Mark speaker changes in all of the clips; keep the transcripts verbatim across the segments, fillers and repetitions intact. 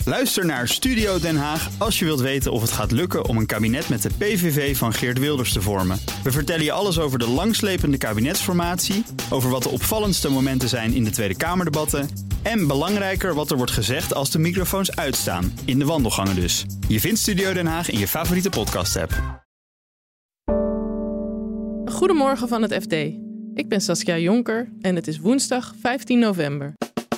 Speaker 1: Luister naar Studio Den Haag als je wilt weten of het gaat lukken om een kabinet met de P V V van Geert Wilders te vormen. We vertellen je alles over de langslepende kabinetsformatie, over wat de opvallendste momenten zijn in de Tweede Kamerdebatten en belangrijker wat er wordt gezegd als de microfoons uitstaan, in de wandelgangen dus. Je vindt Studio Den Haag in je favoriete podcast-app.
Speaker 2: Goedemorgen van het F D. Ik ben Saskia Jonker en het is woensdag vijftien november.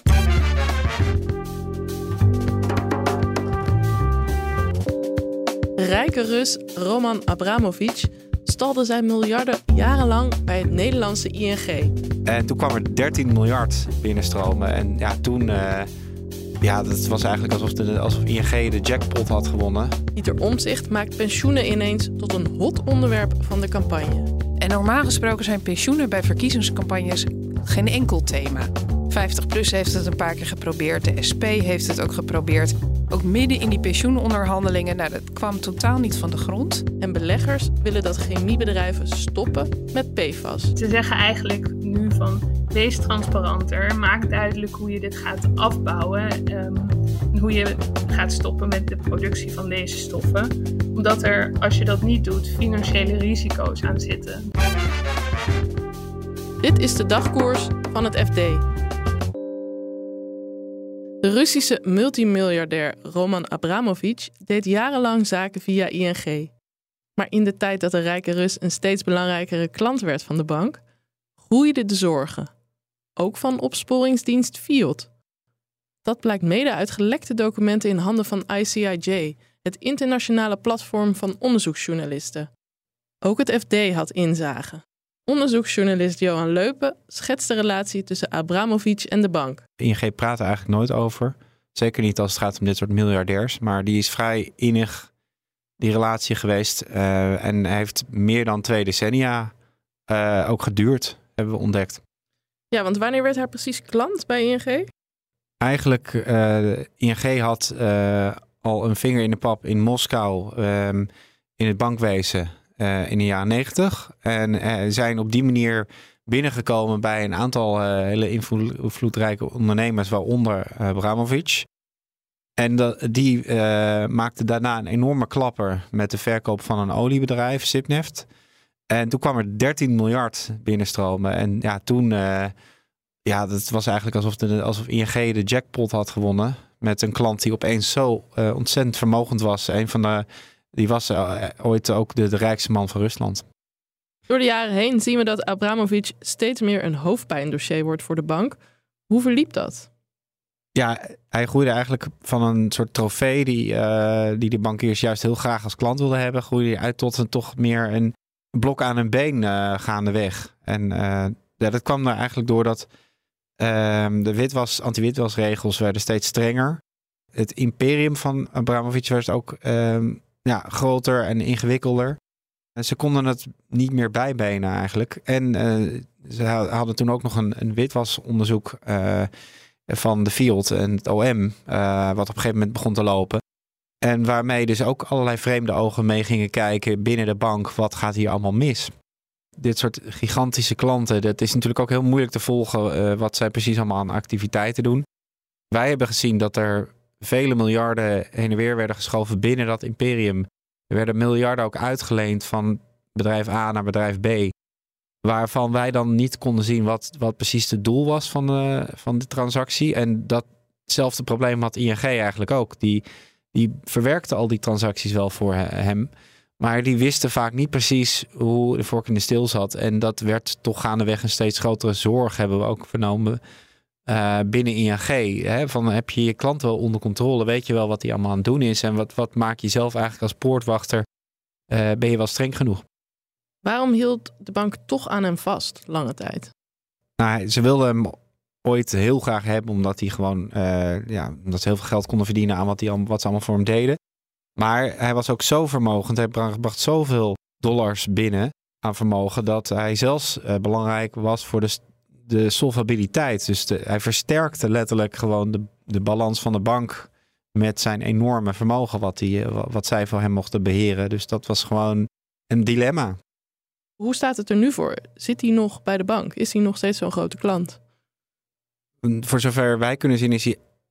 Speaker 2: Rijke Rus Roman Abramovic stalde zijn miljarden jarenlang bij het Nederlandse I N G.
Speaker 3: En toen kwam er dertien miljard binnenstromen. En ja, toen... Uh, ja, dat was eigenlijk alsof, de, alsof I N G de jackpot had gewonnen.
Speaker 2: Pieter Omtzigt maakt pensioenen ineens tot een hot onderwerp van de campagne.
Speaker 4: En normaal gesproken zijn pensioenen bij verkiezingscampagnes geen enkel thema. vijftig plus heeft het een paar keer geprobeerd. De S P heeft het ook geprobeerd. Ook midden in die pensioenonderhandelingen. Nou, dat kwam totaal niet van de grond.
Speaker 2: En beleggers willen dat chemiebedrijven stoppen met P F A S.
Speaker 5: Ze zeggen eigenlijk nu van wees transparanter. Maak duidelijk hoe je dit gaat afbouwen. Um, en hoe je gaat stoppen met de productie van deze stoffen. Omdat er, als je dat niet doet, financiële risico's aan zitten.
Speaker 2: Dit is de dagkoers van het F D. De Russische multimiljardair Roman Abramovic deed jarenlang zaken via I N G. Maar in de tijd dat de rijke Rus een steeds belangrijkere klant werd van de bank, groeiden de zorgen. Ook van opsporingsdienst Fiat. Dat blijkt mede uit gelekte documenten in handen van I C I J, het internationale platform van onderzoeksjournalisten. Ook het F D had inzage. Onderzoeksjournalist Johan Leupen schetst de relatie tussen Abramovic en de bank.
Speaker 3: I N G praat er eigenlijk nooit over. Zeker niet als het gaat om dit soort miljardairs. Maar die is vrij innig, die relatie geweest. Uh, en heeft meer dan twee decennia uh, ook geduurd, hebben we ontdekt.
Speaker 2: Ja, want wanneer werd hij precies klant bij I N G?
Speaker 3: Eigenlijk, uh, I N G had uh, al een vinger in de pap in Moskou, um, in het bankwezen. Uh, in de jaren negentig. En uh, zijn op die manier binnengekomen bij een aantal uh, hele invloedrijke ondernemers, waaronder uh, Abramovic. En dat, die uh, maakte daarna een enorme klapper met de verkoop van een oliebedrijf, Sibneft. En toen kwam er dertien miljard binnenstromen. En ja, toen, uh, ja, dat was eigenlijk alsof, de, alsof I N G de jackpot had gewonnen. Met een klant die opeens zo uh, ontzettend vermogend was. Een van de Die was uh, ooit ook de, de rijkste man van Rusland.
Speaker 2: Door de jaren heen zien we dat Abramovic steeds meer een hoofdpijndossier wordt voor de bank. Hoe verliep dat?
Speaker 3: Ja, hij groeide eigenlijk van een soort trofee die, uh, die de bankiers juist heel graag als klant wilden hebben. Groeide uit tot een toch meer een blok aan een been uh, gaandeweg. En uh, ja, dat kwam er eigenlijk door dat uh, de witwas, anti-witwasregels werden steeds strenger. Het imperium van Abramovic werd ook Uh, Ja, groter en ingewikkelder. En ze konden het niet meer bijbenen eigenlijk. En uh, ze hadden toen ook nog een, een witwasonderzoek uh, van de Fiat en het O M, uh, wat op een gegeven moment begon te lopen. En waarmee dus ook allerlei vreemde ogen mee gingen kijken binnen de bank. Wat gaat hier allemaal mis? Dit soort gigantische klanten, dat is natuurlijk ook heel moeilijk te volgen uh, wat zij precies allemaal aan activiteiten doen. Wij hebben gezien dat er vele miljarden heen en weer werden geschoven binnen dat imperium. Er werden miljarden ook uitgeleend van bedrijf A naar bedrijf B. Waarvan wij dan niet konden zien wat, wat precies het doel was van de, van de transactie. En datzelfde probleem had I N G eigenlijk ook. Die, die verwerkte al die transacties wel voor hem. Maar die wisten vaak niet precies hoe de vork in de steel zat. En dat werd toch gaandeweg een steeds grotere zorg, hebben we ook vernomen. Uh, binnen I N G, hè, van heb je je klant wel onder controle, weet je wel wat hij allemaal aan het doen is en wat, wat maak je zelf eigenlijk als poortwachter, uh, ben je wel streng genoeg.
Speaker 2: Waarom hield de bank toch aan hem vast, lange tijd?
Speaker 3: Nou, ze wilden hem ooit heel graag hebben, omdat hij gewoon, uh, ja, omdat ze heel veel geld konden verdienen aan wat, hij, wat ze allemaal voor hem deden. Maar hij was ook zo vermogend, hij bracht, bracht zoveel dollars binnen aan vermogen, dat hij zelfs uh, belangrijk was voor de de solvabiliteit. Dus de, hij versterkte letterlijk gewoon de, de balans van de bank met zijn enorme vermogen wat, die, wat zij voor hem mochten beheren. Dus dat was gewoon een dilemma.
Speaker 2: Hoe staat het er nu voor? Zit hij nog bij de bank? Is hij nog steeds zo'n grote klant?
Speaker 3: Voor zover wij kunnen zien is hij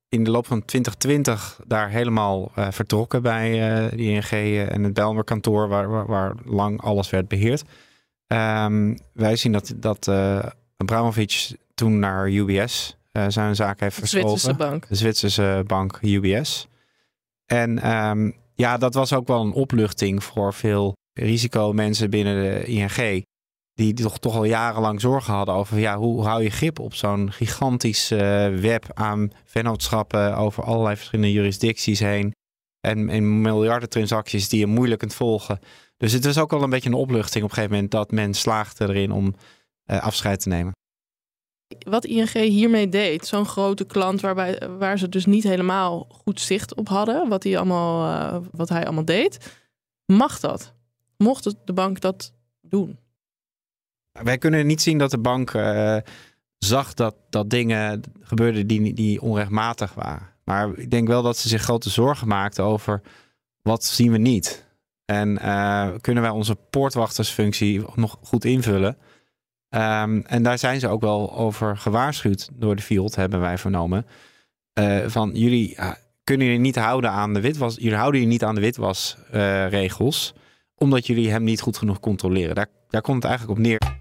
Speaker 3: in de loop van twintig twintig daar helemaal uh, vertrokken bij uh, de I N G en het Bijlmer kantoor, waar, waar, waar lang alles werd beheerd. Um, wij zien dat, dat uh, Abramovic toen naar U B S uh, zijn zaak heeft verschoven.
Speaker 2: De Zwitserse bank.
Speaker 3: De Zwitserse bank U B S. En um, ja, dat was ook wel een opluchting voor veel risicomensen binnen de I N G. Die toch, toch al jarenlang zorgen hadden over ja, hoe hou je grip op zo'n gigantisch uh, web aan vennootschappen over allerlei verschillende jurisdicties heen. En, en miljarden transacties die je moeilijk kunt volgen. Dus het was ook wel een beetje een opluchting op een gegeven moment dat men slaagde erin om uh, afscheid te nemen.
Speaker 2: Wat I N G hiermee deed, zo'n grote klant waarbij, waar ze dus niet helemaal goed zicht op hadden, wat hij allemaal, uh, wat hij allemaal deed, mag dat? Mocht de bank dat doen?
Speaker 3: Wij kunnen niet zien dat de bank uh, zag dat, dat dingen gebeurden die, die onrechtmatig waren. Maar ik denk wel dat ze zich grote zorgen maakten over wat zien we niet. En uh, kunnen wij onze poortwachtersfunctie nog goed invullen? Um, en daar zijn ze ook wel over gewaarschuwd door de Field, hebben wij vernomen. Uh, van jullie uh, kunnen jullie niet houden aan de witwas. Jullie houden je niet aan de witwasregels, uh, omdat jullie hem niet goed genoeg controleren. Daar, daar komt het eigenlijk op neer.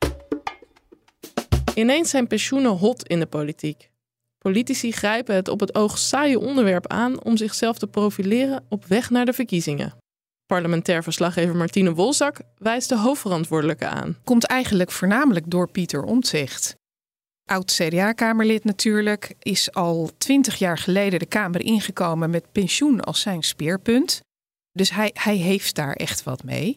Speaker 2: Ineens zijn pensioenen hot in de politiek. Politici grijpen het op het oog saaie onderwerp aan om zichzelf te profileren op weg naar de verkiezingen. Parlementair verslaggever Martine Wolzak wijst de hoofdverantwoordelijke aan.
Speaker 4: Komt eigenlijk voornamelijk door Pieter Omtzigt. Oud C D A-kamerlid natuurlijk, is al twintig jaar geleden de Kamer ingekomen met pensioen als zijn speerpunt. Dus hij, hij heeft daar echt wat mee.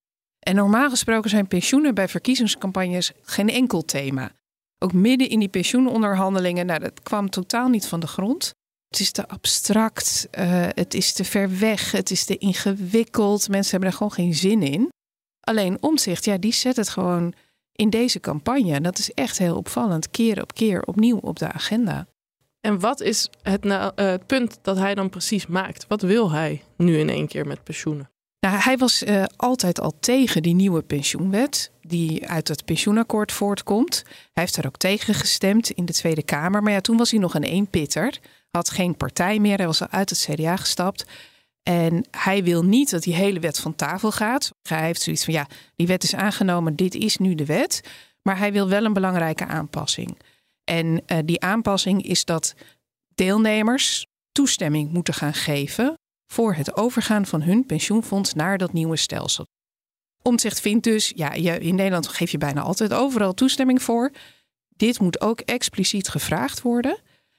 Speaker 4: En normaal gesproken zijn pensioenen bij verkiezingscampagnes geen enkel thema. Ook midden in die pensioenonderhandelingen, nou, dat kwam totaal niet van de grond. Het is te abstract, uh, het is te ver weg, het is te ingewikkeld. Mensen hebben er gewoon geen zin in. Alleen Omtzigt, ja, die zet het gewoon in deze campagne. En dat is echt heel opvallend, keer op keer opnieuw op de agenda.
Speaker 2: En wat is het, nou, uh, het punt dat hij dan precies maakt? Wat wil hij nu in één keer met pensioenen?
Speaker 4: Nou, hij was uh, altijd al tegen die nieuwe pensioenwet die uit het pensioenakkoord voortkomt. Hij heeft daar ook tegen gestemd in de Tweede Kamer. Maar ja, toen was hij nog een eenpitter. Had geen partij meer. Hij was al uit het C D A gestapt. En hij wil niet dat die hele wet van tafel gaat. Hij heeft zoiets van, ja, die wet is aangenomen. Dit is nu de wet. Maar hij wil wel een belangrijke aanpassing. En uh, die aanpassing is dat deelnemers toestemming moeten gaan geven voor het overgaan van hun pensioenfonds naar dat nieuwe stelsel. Omtzigt vindt dus, ja, je, in Nederland geef je bijna altijd overal toestemming voor. Dit moet ook expliciet gevraagd worden.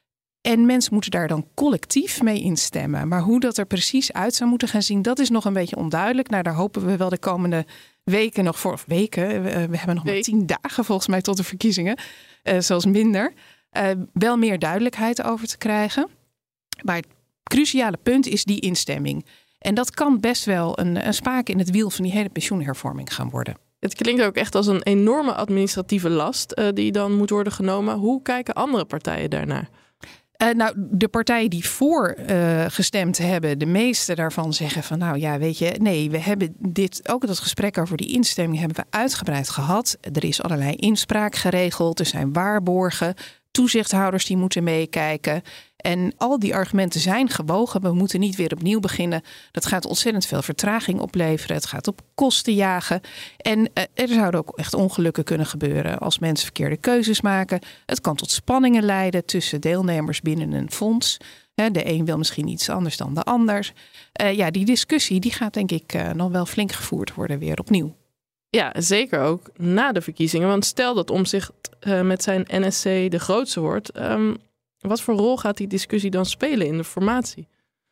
Speaker 4: En mensen moeten daar dan collectief mee instemmen. Maar hoe dat er precies uit zou moeten gaan zien, dat is nog een beetje onduidelijk. Nou, daar hopen we wel de komende weken nog voor. Of weken, we, we hebben nog maar tien dagen volgens mij tot de verkiezingen. Uh, zelfs minder. Uh, wel meer duidelijkheid over te krijgen. Maar het cruciale punt is die instemming. En dat kan best wel een, een spaak in het wiel van die hele pensioenhervorming gaan worden.
Speaker 2: Het klinkt ook echt als een enorme administratieve last uh, die dan moet worden genomen. Hoe kijken andere partijen daarnaar?
Speaker 4: Uh, nou, de partijen die voor uh, gestemd hebben, de meeste daarvan zeggen van nou ja, weet je, nee, we hebben dit, ook dat gesprek over die instemming hebben we uitgebreid gehad. Er is allerlei inspraak geregeld, er zijn waarborgen, toezichthouders die moeten meekijken. En al die argumenten zijn gewogen. We moeten niet weer opnieuw beginnen. Dat gaat ontzettend veel vertraging opleveren. Het gaat op kosten jagen. En uh, er zouden ook echt ongelukken kunnen gebeuren als mensen verkeerde keuzes maken. Het kan tot spanningen leiden tussen deelnemers binnen een fonds. He, de een wil misschien iets anders dan de ander. Uh, ja, die discussie die gaat denk ik uh, nog wel flink gevoerd worden weer opnieuw.
Speaker 2: Ja, zeker ook na de verkiezingen. Want stel dat Omtzigt uh, met zijn N S C de grootste wordt. Um, wat voor rol gaat die discussie dan spelen in de formatie?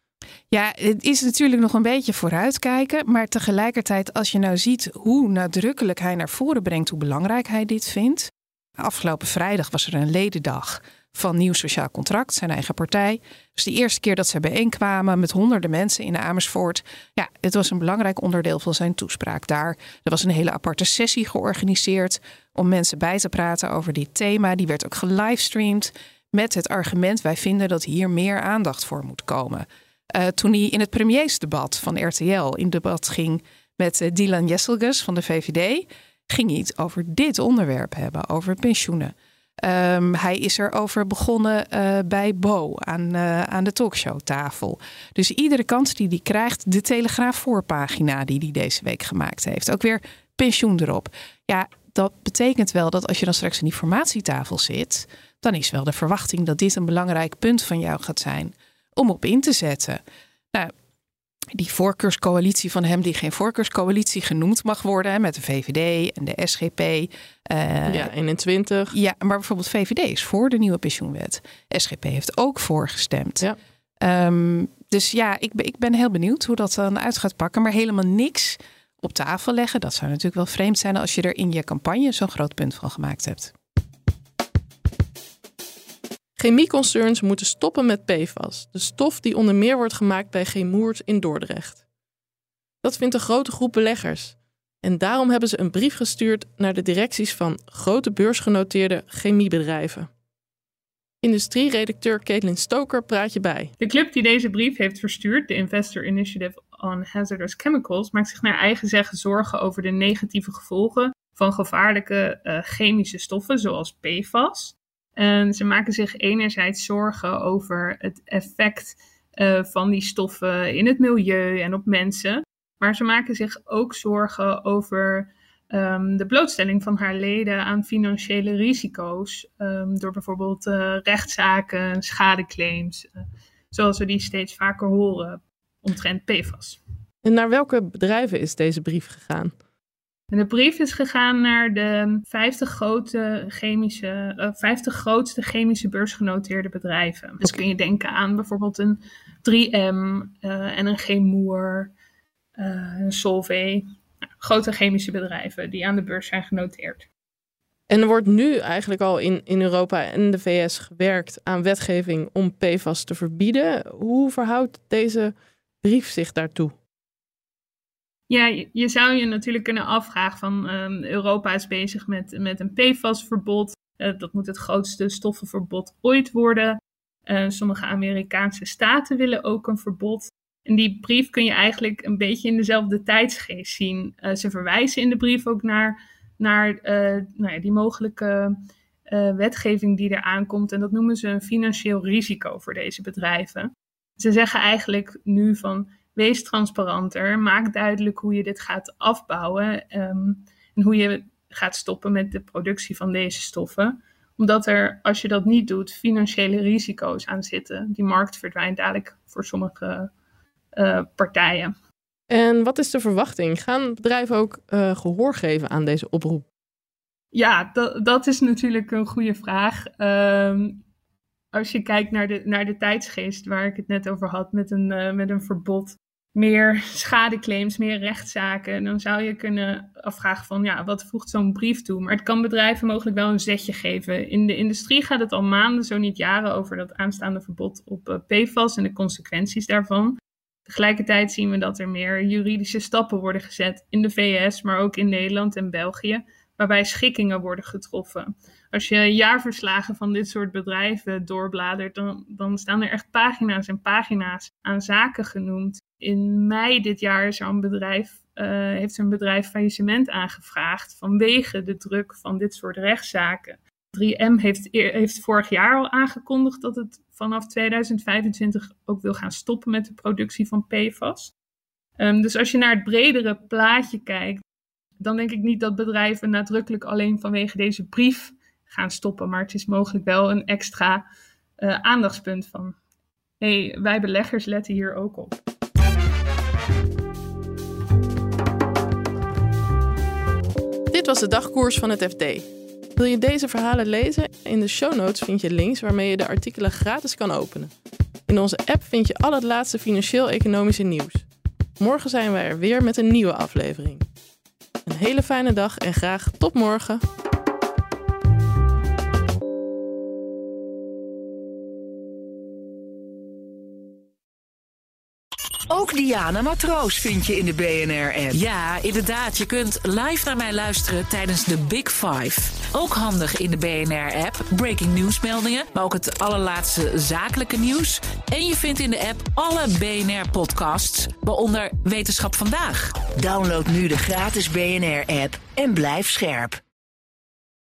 Speaker 4: Ja, het is natuurlijk nog een beetje vooruitkijken. Maar tegelijkertijd, als je nou ziet hoe nadrukkelijk hij naar voren brengt hoe belangrijk hij dit vindt. Afgelopen vrijdag was er een ledendag van Nieuw Sociaal Contract, zijn eigen partij. Dus de eerste keer dat ze bijeenkwamen met honderden mensen in Amersfoort. Ja, het was een belangrijk onderdeel van zijn toespraak daar. Er was een hele aparte sessie georganiseerd om mensen bij te praten over dit thema. Die werd ook gelivestreamd met het argument, wij vinden dat hier meer aandacht voor moet komen. Uh, toen hij in het premiersdebat van R T L in debat ging met uh, Dylan Jesselgus van de V V D, ging hij het over dit onderwerp hebben, over pensioenen. Um, hij is erover begonnen uh, bij Bo aan, uh, aan de talkshowtafel. Dus iedere kans die hij krijgt, de Telegraaf voorpagina die hij deze week gemaakt heeft. Ook weer pensioen erop. Ja, dat betekent wel dat als je dan straks aan die formatietafel zit, dan is wel de verwachting dat dit een belangrijk punt van jou gaat zijn om op in te zetten. Nou, die voorkeurscoalitie van hem, die geen voorkeurscoalitie genoemd mag worden, hè, met de V V D en de S G P. Uh,
Speaker 2: ja, eenentwintig.
Speaker 4: Ja, maar bijvoorbeeld V V D is voor de nieuwe pensioenwet. S G P heeft ook voor gestemd.
Speaker 2: Ja.
Speaker 4: Um, dus ja, ik ben, ik ben heel benieuwd hoe dat dan uit gaat pakken. Maar helemaal niks op tafel leggen, dat zou natuurlijk wel vreemd zijn als je er in je campagne zo'n groot punt van gemaakt hebt.
Speaker 2: Chemieconcerns moeten stoppen met P F A S, de stof die onder meer wordt gemaakt bij Chemours in Dordrecht. Dat vindt een grote groep beleggers. En daarom hebben ze een brief gestuurd naar de directies van grote beursgenoteerde chemiebedrijven. Industrieredacteur Caitlin Stoker praat je bij.
Speaker 5: De club die deze brief heeft verstuurd, de Investor Initiative on Hazardous Chemicals, maakt zich naar eigen zeggen zorgen over de negatieve gevolgen van gevaarlijke uh, chemische stoffen zoals P F A S. En ze maken zich enerzijds zorgen over het effect uh, van die stoffen in het milieu en op mensen. Maar ze maken zich ook zorgen over um, de blootstelling van haar leden aan financiële risico's. Um, door bijvoorbeeld uh, rechtszaken, schadeclaims, uh, zoals we die steeds vaker horen omtrent P F A S.
Speaker 2: En naar welke bedrijven is deze brief gegaan?
Speaker 5: En de brief is gegaan naar de vijftig, grote chemische, uh, vijftig grootste chemische beursgenoteerde bedrijven. Dus okay. Kun je denken aan bijvoorbeeld een drie M uh, en een Chemours, uh, een Solvay. Nou, grote chemische bedrijven die aan de beurs zijn genoteerd.
Speaker 2: En er wordt nu eigenlijk al in, in Europa en de V S gewerkt aan wetgeving om P F A S te verbieden. Hoe verhoudt deze brief zich daartoe?
Speaker 5: Ja, je, je zou je natuurlijk kunnen afvragen van um, Europa is bezig met, met een P F A S-verbod. Uh, dat moet het grootste stoffenverbod ooit worden. Uh, sommige Amerikaanse staten willen ook een verbod. En die brief kun je eigenlijk een beetje in dezelfde tijdsgeest zien. Uh, ze verwijzen in de brief ook naar, naar uh, nou ja, die mogelijke uh, wetgeving die er aankomt. En dat noemen ze een financieel risico voor deze bedrijven. Ze zeggen eigenlijk nu van, wees transparanter, maak duidelijk hoe je dit gaat afbouwen um, en hoe je gaat stoppen met de productie van deze stoffen. Omdat er, als je dat niet doet, financiële risico's aan zitten. Die markt verdwijnt dadelijk voor sommige uh, partijen.
Speaker 2: En wat is de verwachting? Gaan bedrijven ook uh, gehoor geven aan deze oproep?
Speaker 5: Ja, dat, dat is natuurlijk een goede vraag. Um, als je kijkt naar de, naar de tijdsgeest waar ik het net over had met een, uh, met een verbod, meer schadeclaims, meer rechtszaken, dan zou je kunnen afvragen van, ja, wat voegt zo'n brief toe? Maar het kan bedrijven mogelijk wel een zetje geven. In de industrie gaat het al maanden, zo niet jaren, over dat aanstaande verbod op uh, P F A S en de consequenties daarvan. Tegelijkertijd zien we dat er meer juridische stappen worden gezet in de V S, maar ook in Nederland en België, waarbij schikkingen worden getroffen. Als je jaarverslagen van dit soort bedrijven doorbladert, dan, dan staan er echt pagina's en pagina's aan zaken genoemd. In mei dit jaar is er een bedrijf, uh, heeft een bedrijf faillissement aangevraagd vanwege de druk van dit soort rechtszaken. drie M heeft, heeft vorig jaar al aangekondigd dat het vanaf tweeduizend vijfentwintig ook wil gaan stoppen met de productie van P F A S. Um, dus als je naar het bredere plaatje kijkt, dan denk ik niet dat bedrijven nadrukkelijk alleen vanwege deze brief gaan stoppen. Maar het is mogelijk wel een extra uh, aandachtspunt van, hé, hey, wij beleggers letten hier ook op.
Speaker 2: Dit was de dagkoers van het F D. Wil je deze verhalen lezen? In de show notes vind je links waarmee je de artikelen gratis kan openen. In onze app vind je al het laatste financieel-economische nieuws. Morgen zijn wij er weer met een nieuwe aflevering. Een hele fijne dag en graag tot morgen.
Speaker 6: Ook Diana Matroos vind je in de B N R-app.
Speaker 7: Ja, inderdaad. Je kunt live naar mij luisteren tijdens de Big Five. Ook handig in de B N R-app. Breaking nieuwsmeldingen, maar ook het allerlaatste zakelijke nieuws. En je vindt in de app alle B N R-podcasts, waaronder Wetenschap Vandaag.
Speaker 6: Download nu de gratis B N R-app en blijf scherp.